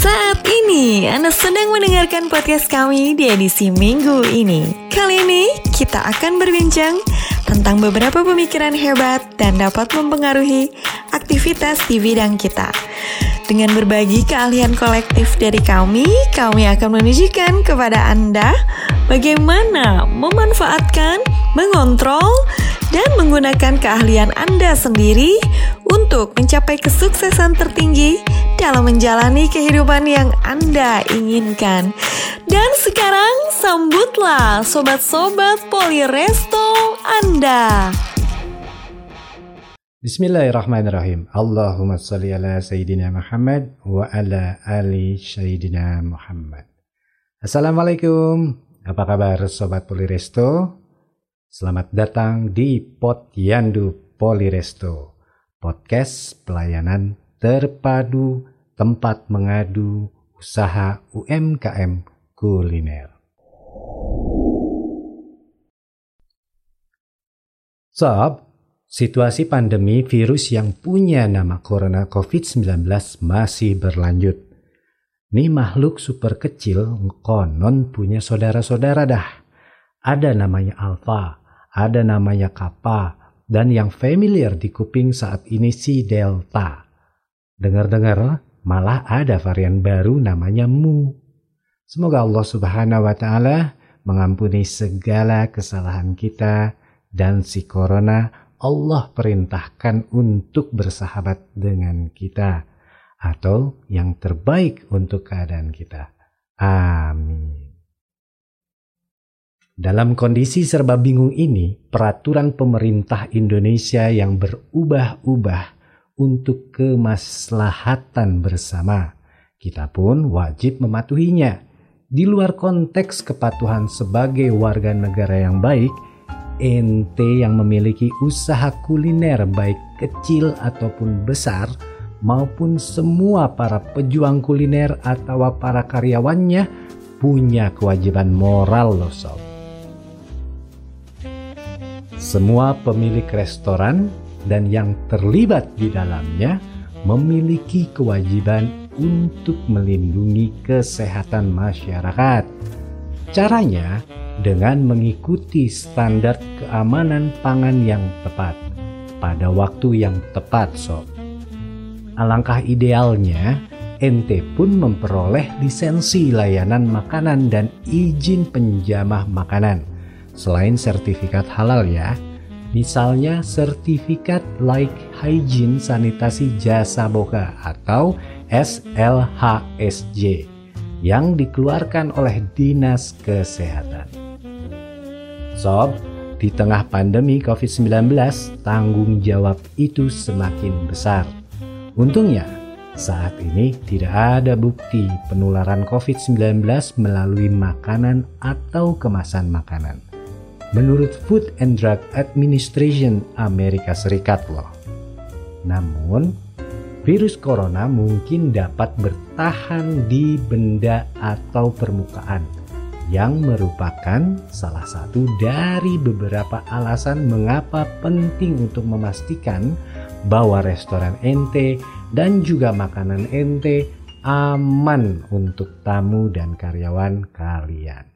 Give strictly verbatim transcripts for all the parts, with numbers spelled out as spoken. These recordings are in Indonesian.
Saat ini Anda sedang mendengarkan podcast kami di edisi minggu ini. Kali ini kita akan berbincang tentang beberapa pemikiran hebat dan dapat mempengaruhi aktivitas di bidang kita. Dengan berbagi keahlian kolektif dari kami, kami akan menunjukkan kepada Anda bagaimana memanfaatkan, mengontrol, dan menggunakan keahlian Anda sendiri untuk mencapai kesuksesan tertinggi dalam menjalani kehidupan yang Anda inginkan. Dan sekarang sambutlah sobat-sobat Poliresto Anda. Bismillahirrahmanirrahim. Allahumma salli ala Sayyidina Muhammad wa ala ali Sayyidina Muhammad. Assalamualaikum. Apa kabar Sobat Poliresto? Selamat datang di Potyandu Poliresto, podcast pelayanan terpadu tempat mengadu usaha U M K M kuliner. Sob, situasi pandemi virus yang punya nama Corona covid sembilan belas masih berlanjut. Nih makhluk super kecil konon punya saudara-saudara dah. Ada namanya Alpha, ada namanya Kappa, dan yang familiar di kuping saat ini si Delta. Dengar-dengar malah ada varian baru namanya Mu. Semoga Allah Subhanahu wa Ta'ala mengampuni segala kesalahan kita dan si Corona Allah perintahkan untuk bersahabat dengan kita atau yang terbaik untuk keadaan kita. Amin. Dalam kondisi serba bingung ini, peraturan pemerintah Indonesia yang berubah-ubah untuk kemaslahatan bersama, kita pun wajib mematuhinya. Di luar konteks kepatuhan sebagai warga negara yang baik, ente yang memiliki usaha kuliner baik kecil ataupun besar, maupun semua para pejuang kuliner atau para karyawannya punya kewajiban moral loh sob. Semua pemilik restoran dan yang terlibat di dalamnya memiliki kewajiban untuk melindungi kesehatan masyarakat. Caranya dengan mengikuti standar keamanan pangan yang tepat pada waktu yang tepat sob. Alangkah idealnya ente pun memperoleh lisensi layanan makanan dan izin penjamah makanan. Selain sertifikat halal ya, misalnya sertifikat Like Hygiene Sanitasi Jasa Boga atau S L H S J yang dikeluarkan oleh Dinas Kesehatan. Sob, di tengah pandemi covid sembilan belas, tanggung jawab itu semakin besar. Untungnya, saat ini tidak ada bukti penularan covid sembilan belas melalui makanan atau kemasan makanan. Menurut Food and Drug Administration Amerika Serikat loh. Namun, virus corona mungkin dapat bertahan di benda atau permukaan yang merupakan salah satu dari beberapa alasan mengapa penting untuk memastikan bahwa restoran ente dan juga makanan ente aman untuk tamu dan karyawan kalian.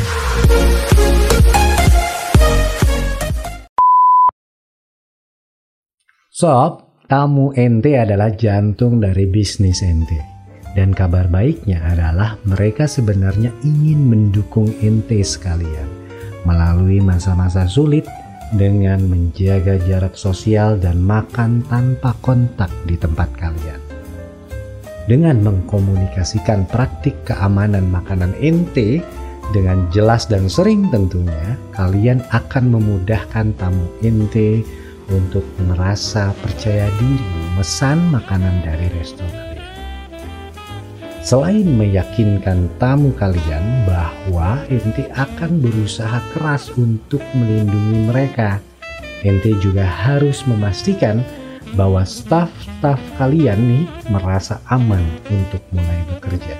Sob, tamu ente adalah jantung dari bisnis ente. Dan kabar baiknya adalah mereka sebenarnya ingin mendukung ente sekalian melalui masa-masa sulit dengan menjaga jarak sosial dan makan tanpa kontak di tempat kalian. Dengan mengkomunikasikan praktik keamanan makanan ente dengan jelas dan sering tentunya, kalian akan memudahkan tamu ente untuk merasa percaya diri memesan makanan dari resto kalian. Selain meyakinkan tamu kalian bahwa ente akan berusaha keras untuk melindungi mereka, ente juga harus memastikan bahwa staf-staf kalian nih merasa aman untuk mulai bekerja.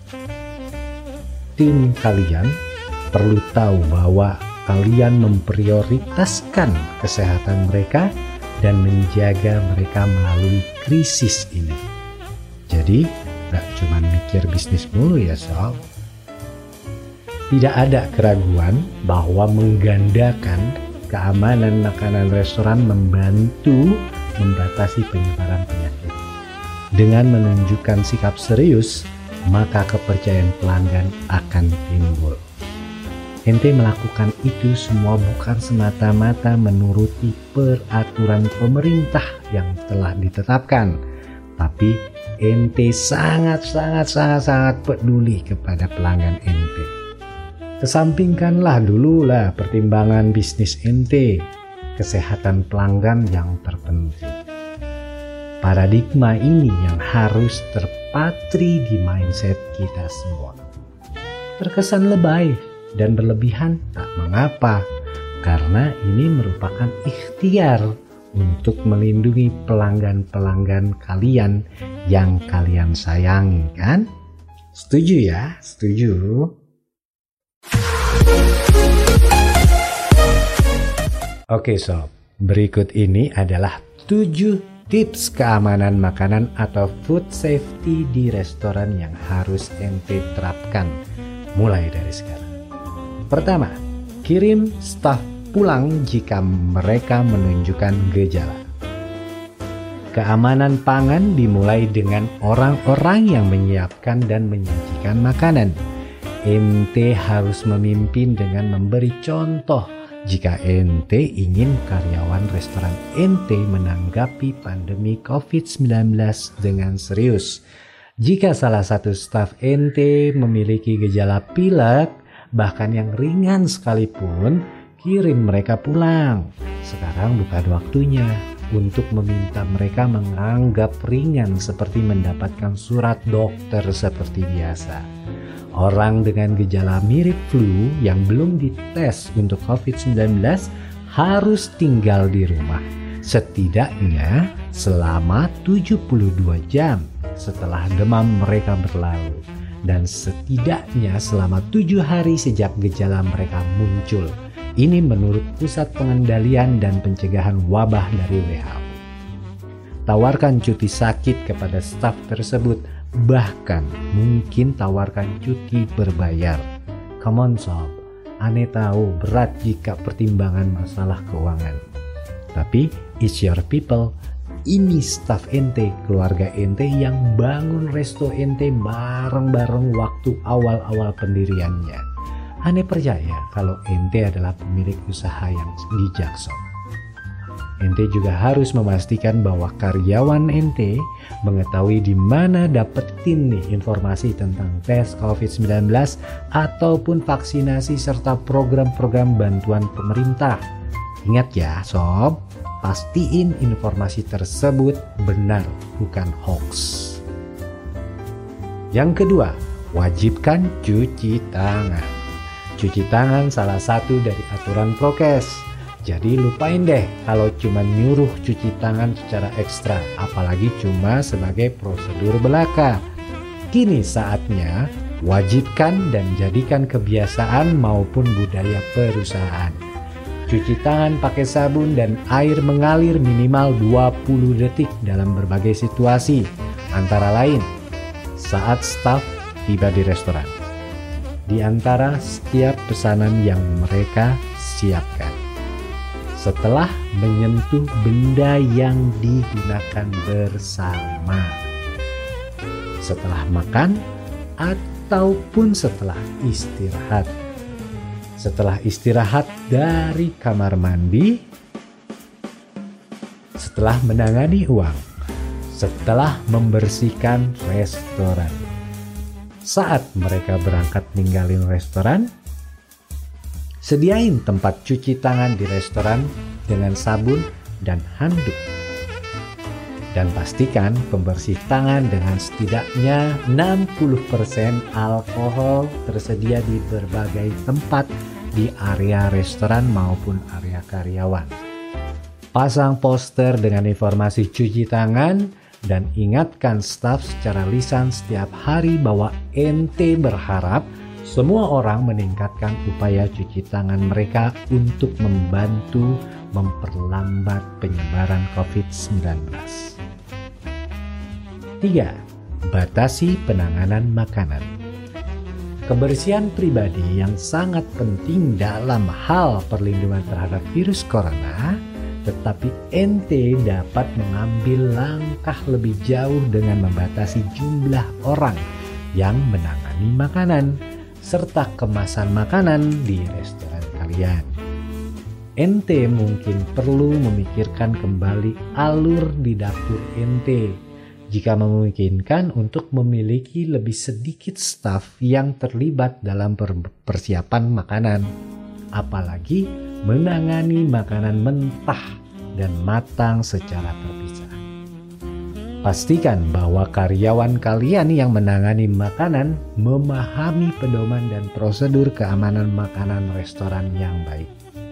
Tim kalian perlu tahu bahwa kalian memprioritaskan kesehatan mereka dan menjaga mereka melalui krisis ini. Jadi, gak cuma mikir bisnis mulu ya sob. Tidak ada keraguan bahwa menggandakan keamanan makanan restoran membantu membatasi penyebaran penyakit. Dengan menunjukkan sikap serius, maka kepercayaan pelanggan akan timbul. Ente melakukan itu semua bukan semata-mata menuruti peraturan pemerintah yang telah ditetapkan, tapi ente sangat-sangat-sangat-sangat peduli kepada pelanggan ente. Kesampingkanlah dulu lah pertimbangan bisnis ente, kesehatan pelanggan yang terpenting. Paradigma ini yang harus terpatri di mindset kita semua. Terkesan lebay dan berlebihan tak mengapa, karena ini merupakan ikhtiar untuk melindungi pelanggan-pelanggan kalian yang kalian sayangi, kan? Setuju ya? Setuju? Oke sob, berikut ini adalah tujuh tips keamanan makanan atau food safety di restoran yang harus ente terapkan mulai dari sekarang. Pertama, kirim staf pulang jika mereka menunjukkan gejala. Keamanan pangan dimulai dengan orang-orang yang menyiapkan dan menyajikan makanan. Ente harus memimpin dengan memberi contoh jika ente ingin karyawan restoran ente menanggapi pandemi covid sembilan belas dengan serius. Jika salah satu staf ente memiliki gejala pilek, bahkan yang ringan sekalipun, kirim mereka pulang. Sekarang bukan waktunya untuk meminta mereka menganggap ringan seperti mendapatkan surat dokter seperti biasa. Orang dengan gejala mirip flu yang belum dites untuk covid sembilan belas harus tinggal di rumah setidaknya selama tujuh puluh dua jam setelah demam mereka berlalu, dan setidaknya selama tujuh hari sejak gejala mereka muncul. Ini menurut Pusat Pengendalian dan Pencegahan Wabah dari W H O. Tawarkan cuti sakit kepada staf tersebut, bahkan mungkin tawarkan cuti berbayar. Come on sob, ane tahu berat jika pertimbangan masalah keuangan. Tapi it's your people. Ini staf ente, keluarga ente yang bangun resto ente bareng-bareng waktu awal-awal pendiriannya. Ane percaya kalau ente adalah pemilik usaha yang bijaksana. Ente juga harus memastikan bahwa karyawan ente mengetahui di mana dapetin nih informasi tentang tes covid sembilan belas ataupun vaksinasi serta program-program bantuan pemerintah. Ingat ya sob, pastiin informasi tersebut benar, bukan hoax. Yang kedua, wajibkan cuci tangan. Cuci tangan salah satu dari aturan prokes. Jadi lupain deh kalau cuma nyuruh cuci tangan secara ekstra, apalagi cuma sebagai prosedur belaka. Kini saatnya wajibkan dan jadikan kebiasaan maupun budaya perusahaan. Cuci tangan pakai sabun dan air mengalir minimal dua puluh detik dalam berbagai situasi, antara lain saat staf tiba di restoran, di antara setiap pesanan yang mereka siapkan, setelah menyentuh benda yang digunakan bersama, setelah makan ataupun setelah istirahat, setelah istirahat dari kamar mandi, setelah menangani uang, setelah membersihkan restoran. Saat mereka berangkat ninggalin restoran, sediain tempat cuci tangan di restoran dengan sabun dan handuk. Dan pastikan pembersih tangan dengan setidaknya enam puluh persen alkohol tersedia di berbagai tempat di area restoran maupun area karyawan. Pasang poster dengan informasi cuci tangan dan ingatkan staf secara lisan setiap hari bahwa ente berharap semua orang meningkatkan upaya cuci tangan mereka untuk membantu memperlambat penyebaran covid sembilan belas. Tiga, batasi penanganan makanan. Kebersihan pribadi yang sangat penting dalam hal perlindungan terhadap virus corona, tetapi ente dapat mengambil langkah lebih jauh dengan membatasi jumlah orang yang menangani makanan serta kemasan makanan di restoran kalian. Ente mungkin perlu memikirkan kembali alur di dapur ente jika memungkinkan untuk memiliki lebih sedikit staf yang terlibat dalam persiapan makanan, apalagi menangani makanan mentah dan matang secara terpisah. Pastikan bahwa karyawan kalian yang menangani makanan memahami pedoman dan prosedur keamanan makanan restoran yang baik.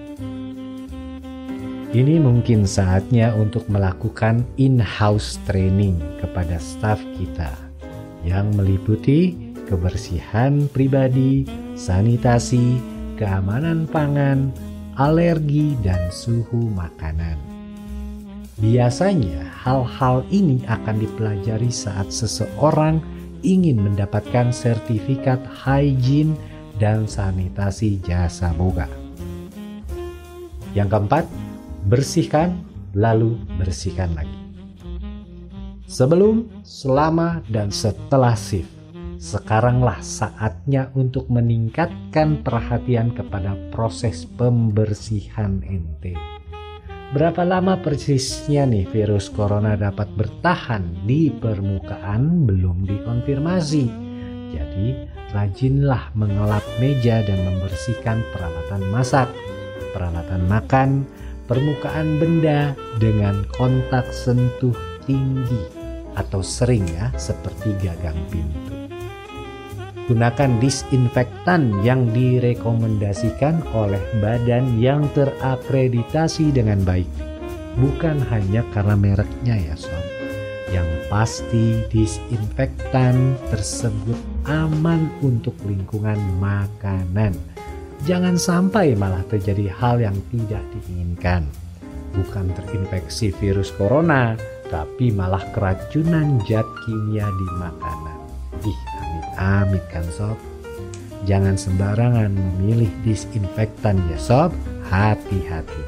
Ini mungkin saatnya untuk melakukan in-house training kepada staf kita yang meliputi kebersihan pribadi, sanitasi, keamanan pangan, alergi, dan suhu makanan. Biasanya hal-hal ini akan dipelajari saat seseorang ingin mendapatkan sertifikat hygiene dan sanitasi jasa boga. Yang keempat, bersihkan lalu bersihkan lagi. Sebelum, selama, dan setelah shift, sekaranglah saatnya untuk meningkatkan perhatian kepada proses pembersihan ente. Berapa lama persisnya nih virus corona dapat bertahan di permukaan belum dikonfirmasi. Jadi, rajinlah mengelap meja dan membersihkan peralatan masak, peralatan makan, permukaan benda dengan kontak sentuh tinggi atau sering ya, seperti gagang pintu. Gunakan disinfektan yang direkomendasikan oleh badan yang terakreditasi dengan baik. Bukan hanya karena mereknya ya sob. Yang pasti disinfektan tersebut aman untuk lingkungan makanan. Jangan sampai malah terjadi hal yang tidak diinginkan. Bukan terinfeksi virus corona, tapi malah keracunan zat kimia di makanan. Ih, amit-amit kan sob. Jangan sembarangan memilih disinfektan ya sob. Hati-hati.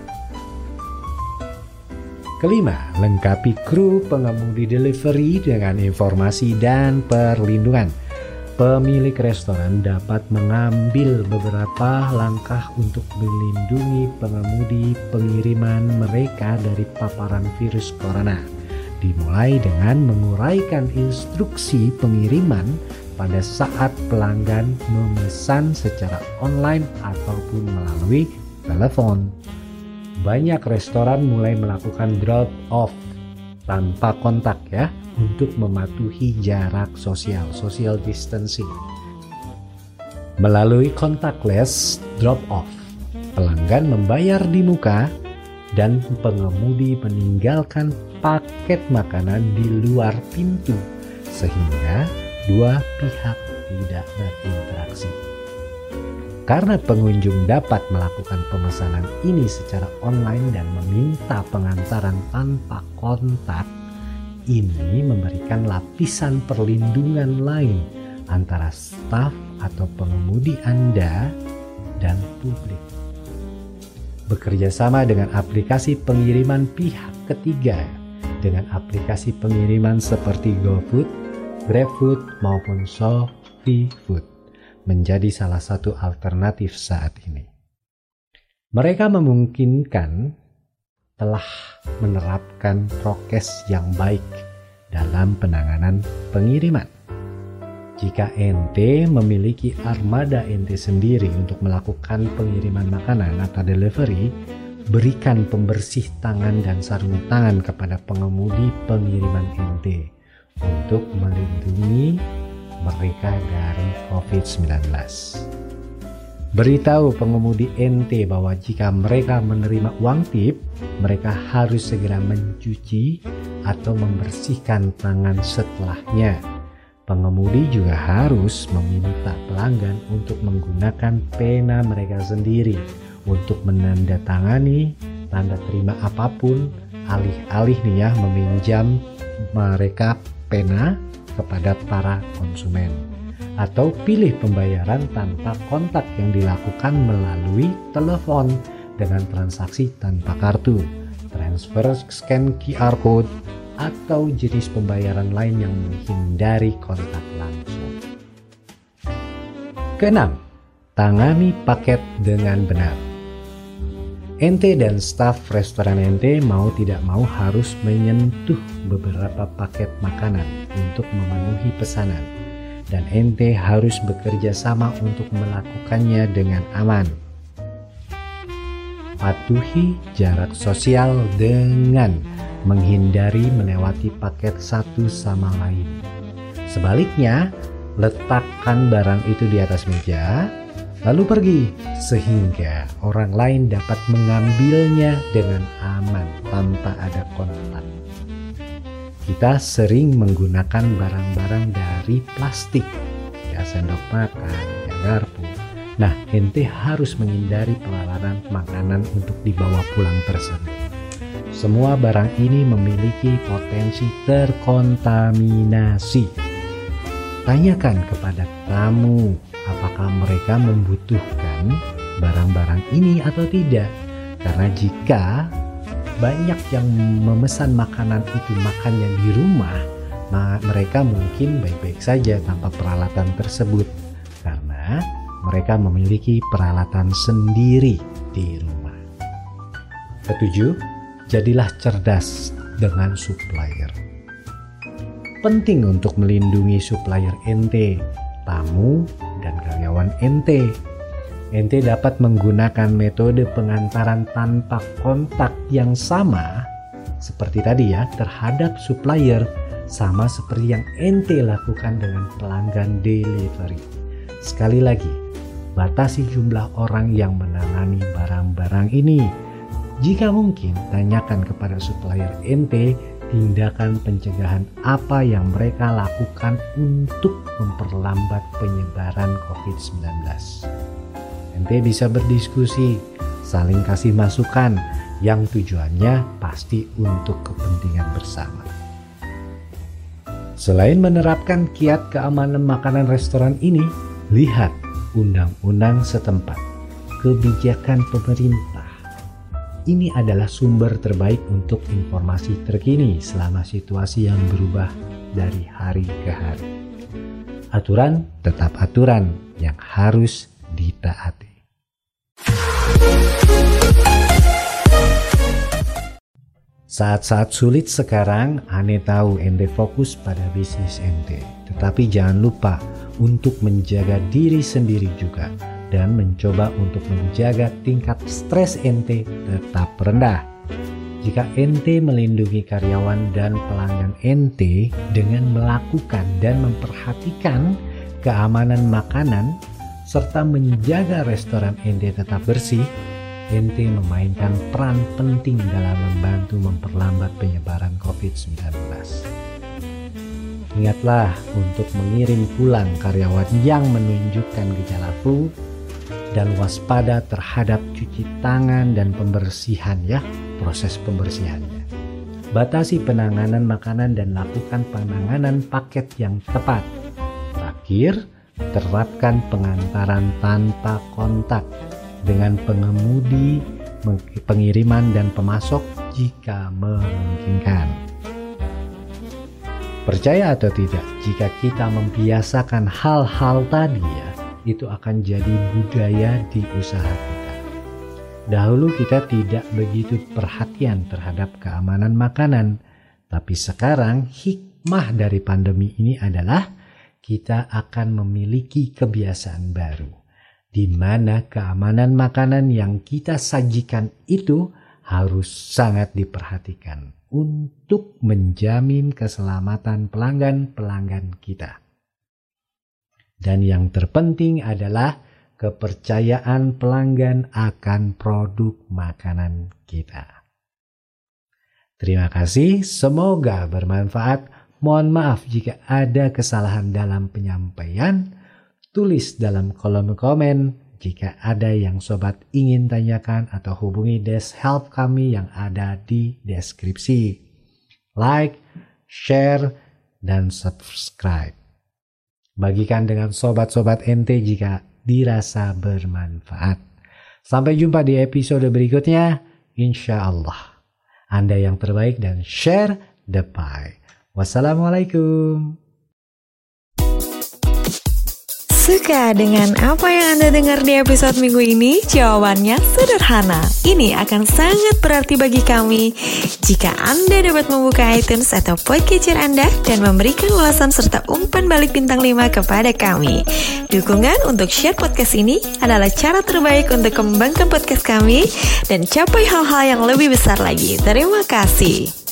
Kelima, lengkapi kru pengemudi delivery dengan informasi dan perlindungan. Pemilik restoran dapat mengambil beberapa langkah untuk melindungi pengemudi pengiriman mereka dari paparan virus corona. Dimulai dengan menguraikan instruksi pengiriman pada saat pelanggan memesan secara online ataupun melalui telepon. Banyak restoran mulai melakukan drop off tanpa kontak ya, untuk mematuhi jarak sosial, social distancing. Melalui contactless drop-off, pelanggan membayar di muka dan pengemudi meninggalkan paket makanan di luar pintu sehingga dua pihak tidak berinteraksi. Karena pengunjung dapat melakukan pemesanan ini secara online dan meminta pengantaran tanpa kontak, ini memberikan lapisan perlindungan lain antara staf atau pengemudi Anda dan publik. Bekerja sama dengan aplikasi pengiriman pihak ketiga, dengan aplikasi pengiriman seperti GoFood, GrabFood maupun ShopeeFood menjadi salah satu alternatif saat ini. Mereka memungkinkan telah menerapkan prokes yang baik dalam penanganan pengiriman. Jika ente memiliki armada ente sendiri untuk melakukan pengiriman makanan atau delivery, berikan pembersih tangan dan sarung tangan kepada pengemudi pengiriman ente untuk melindungi mereka dari covid sembilan belas. Beritahu pengemudi ente bahwa jika mereka menerima uang tip, mereka harus segera mencuci atau membersihkan tangan setelahnya. Pengemudi juga harus meminta pelanggan untuk menggunakan pena mereka sendiri untuk menandatangani tanda terima apapun, alih-alih nih ya meminjam mereka pena kepada para konsumen. Atau pilih pembayaran tanpa kontak yang dilakukan melalui telepon dengan transaksi tanpa kartu, transfer scan Q R code, atau jenis pembayaran lain yang menghindari kontak langsung. Keenam, tangani paket dengan benar. Ente dan staf restoran ente mau tidak mau harus menyentuh beberapa paket makanan untuk memenuhi pesanan, dan ente harus bekerja sama untuk melakukannya dengan aman. Patuhi jarak sosial dengan menghindari melewati paket satu sama lain. Sebaliknya, letakkan barang itu di atas meja, lalu pergi, sehingga orang lain dapat mengambilnya dengan aman tanpa ada kontak. Kita sering menggunakan barang-barang dari plastik, ya sendok makan, ya garpu. Nah, ente harus menghindari pelebaran makanan untuk dibawa pulang tersebut. Semua barang ini memiliki potensi terkontaminasi. Tanyakan kepada tamu apakah mereka membutuhkan barang-barang ini atau tidak. Karena jika banyak yang memesan makanan itu makannya di rumah, mereka mungkin baik-baik saja tanpa peralatan tersebut. Karena mereka memiliki peralatan sendiri di rumah. Ketujuh, jadilah cerdas dengan supplier. Penting untuk melindungi supplier ente, tamu, dan karyawan ente. Ente dapat menggunakan metode pengantaran tanpa kontak yang sama seperti tadi ya terhadap supplier, sama seperti yang ente lakukan dengan pelanggan delivery. Sekali lagi, batasi jumlah orang yang menangani barang-barang ini. Jika mungkin, tanyakan kepada supplier ente tindakan pencegahan apa yang mereka lakukan untuk memperlambat penyebaran covid sembilan belas. Ente bisa berdiskusi, saling kasih masukan yang tujuannya pasti untuk kepentingan bersama. Selain menerapkan kiat keamanan makanan restoran ini, lihat undang-undang setempat, kebijakan pemerintah. Ini adalah sumber terbaik untuk informasi terkini selama situasi yang berubah dari hari ke hari. Aturan tetap aturan yang harus ditaati. Saat-saat sulit sekarang, ane tahu ente fokus pada bisnis ente. Tetapi jangan lupa untuk menjaga diri sendiri juga, dan mencoba untuk menjaga tingkat stres ente tetap rendah. Jika ente melindungi karyawan dan pelanggan ente dengan melakukan dan memperhatikan keamanan makanan serta menjaga restoran ente tetap bersih, ente memainkan peran penting dalam membantu memperlambat penyebaran covid sembilan belas. Ingatlah untuk mengirim pulang karyawan yang menunjukkan gejala flu, dan waspada terhadap cuci tangan dan pembersihan ya, proses pembersihannya. Batasi penanganan makanan dan lakukan penanganan paket yang tepat. Terakhir, terapkan pengantaran tanpa kontak dengan pengemudi, pengiriman dan pemasok jika memungkinkan. Percaya atau tidak, jika kita membiasakan hal-hal tadi ya, itu akan jadi budaya di usaha kita. Dahulu kita tidak begitu perhatian terhadap keamanan makanan, tapi sekarang hikmah dari pandemi ini adalah kita akan memiliki kebiasaan baru, di mana keamanan makanan yang kita sajikan itu harus sangat diperhatikan untuk menjamin keselamatan pelanggan-pelanggan kita. Dan yang terpenting adalah kepercayaan pelanggan akan produk makanan kita. Terima kasih, semoga bermanfaat. Mohon maaf jika ada kesalahan dalam penyampaian. Tulis dalam kolom komen jika ada yang sobat ingin tanyakan atau hubungi desk help kami yang ada di deskripsi. Like, share, dan subscribe. Bagikan dengan sobat-sobat ente jika dirasa bermanfaat. Sampai jumpa di episode berikutnya, insya Allah. Anda yang terbaik dan share the pie. Wassalamualaikum. Suka dengan apa yang Anda dengar di episode minggu ini? Jawabannya sederhana. Ini akan sangat berarti bagi kami jika Anda dapat membuka iTunes atau Podcatcher Anda dan memberikan ulasan serta umpan balik bintang lima kepada kami. Dukungan untuk share podcast ini adalah cara terbaik untuk kembangkan podcast kami dan capai hal-hal yang lebih besar lagi. Terima kasih.